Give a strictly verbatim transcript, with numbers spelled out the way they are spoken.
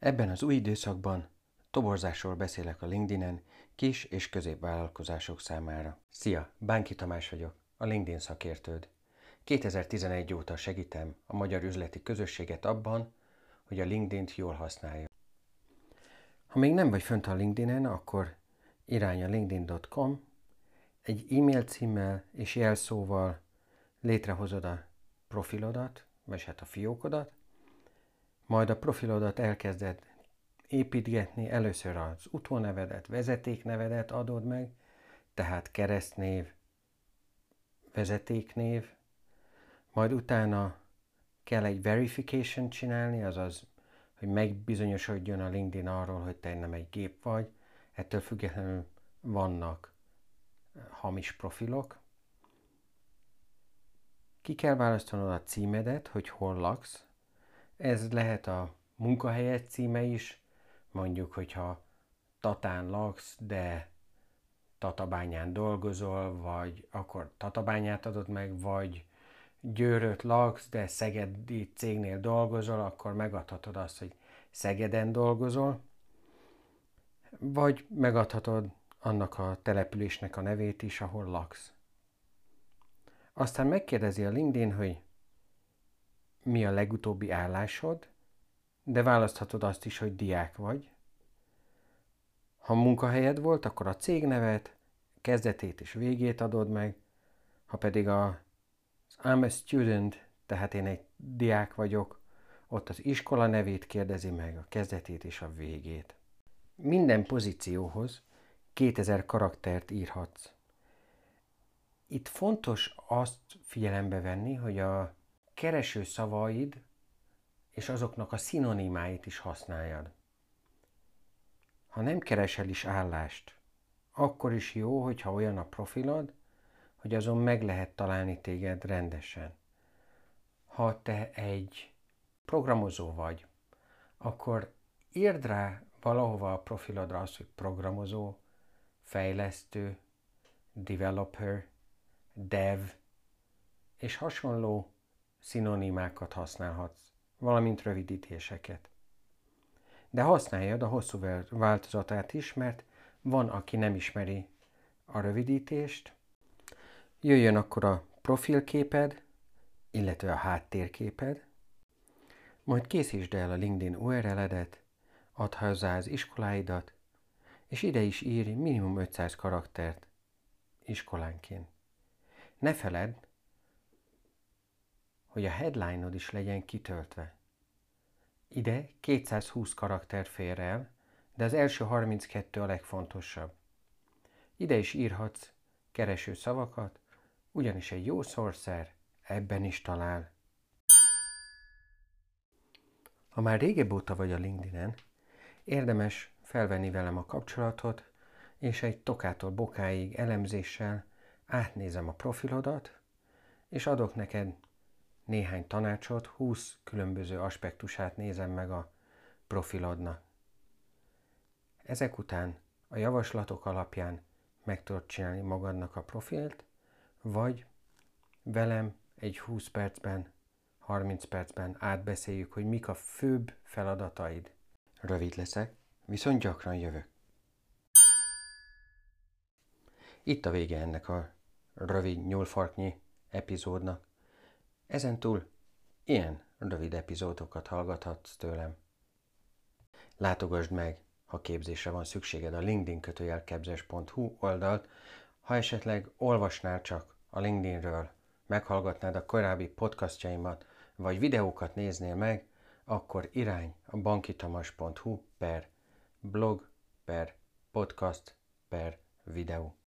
Ebben az új időszakban toborzásról beszélek a LinkedInen kis- és középvállalkozások számára. Szia, Bánki Tamás vagyok, a LinkedIn szakértőd. kétezer-tizenegy óta segítem a magyar üzleti közösséget abban, hogy a LinkedInt jól használja. Ha még nem vagy fönt a LinkedInen, akkor irány a linkedin pont com, egy e-mail címmel és jelszóval létrehozod a profilodat, vagy hát a fiókodat, majd a profilodat elkezded építgetni, először az utónevedet, vezetéknevedet adod meg, tehát keresztnév, vezetéknév, majd utána kell egy verification csinálni, azaz, hogy megbizonyosodjon a LinkedIn arról, hogy te nem egy gép vagy, ettől függetlenül vannak hamis profilok. Ki kell választanod a címedet, hogy hol laksz. Ez lehet a munkahelyed címe is, mondjuk, hogyha Tatán laksz, de Tatabányán dolgozol, vagy akkor Tatabányát adod meg, vagy Győröt laksz, de szegedi cégnél dolgozol, akkor megadhatod azt, hogy Szegeden dolgozol, vagy megadhatod annak a településnek a nevét is, ahol laksz. Aztán megkérdezi a LinkedIn, hogy mi a legutóbbi állásod, de választhatod azt is, hogy diák vagy. Ha munkahelyed volt, akkor a cégnevet, kezdetét és végét adod meg, ha pedig a I'm a student, tehát én egy diák vagyok, ott az iskola nevét kérdezi meg, a kezdetét és a végét. Minden pozícióhoz kétezer karaktert írhatsz. Itt fontos azt figyelembe venni, hogy a kereső szavaid és azoknak a szinonimáit is használjad. Ha nem keresel is állást, akkor is jó, hogyha olyan a profilod, hogy azon meg lehet találni téged rendesen. Ha te egy programozó vagy, akkor írd rá valahova a profilodra azt, hogy programozó, fejlesztő, developer, dev, és hasonló szinonimákat használhatsz, valamint rövidítéseket. De használjad a hosszú változatát is, mert van, aki nem ismeri a rövidítést. Jöjjön akkor a profilképed, illetve a háttérképed, majd készítsd el a LinkedIn u er el-edet, add hozzá az iskoláidat, és ide is írj minimum ötszáz karaktert iskolánként. Ne feledd, hogy a headline-od is legyen kitöltve. Ide kétszázhúsz karakter fér el, de az első harminckettő a legfontosabb. Ide is írhatsz kereső szavakat, ugyanis egy jó szórszer ebben is talál. Ha már régebb óta vagy a LinkedInen, érdemes felvenni velem a kapcsolatot, és egy tokától bokáig elemzéssel átnézem a profilodat, és adok neked néhány tanácsot, húsz különböző aspektusát nézem meg a profilodnak. Ezek után a javaslatok alapján meg tudod csinálni magadnak a profilt, vagy velem egy húsz percben, harminc percben átbeszéljük, hogy mik a főbb feladataid. Rövid leszek, viszont gyakran jövök. Itt a vége ennek a rövid nyúlfarknyi epizódnak. Ezentúl ilyen rövid epizódokat hallgathatsz tőlem. Látogasd meg, ha képzésre van szükséged, a linkedin kötőjel kebzes pont hu oldalt, ha esetleg olvasnál csak a LinkedInről, meghallgatnád a korábbi podcastjaimat, vagy videókat néznél meg, akkor irány a bankitamas pont hu per blog per podcast per videó.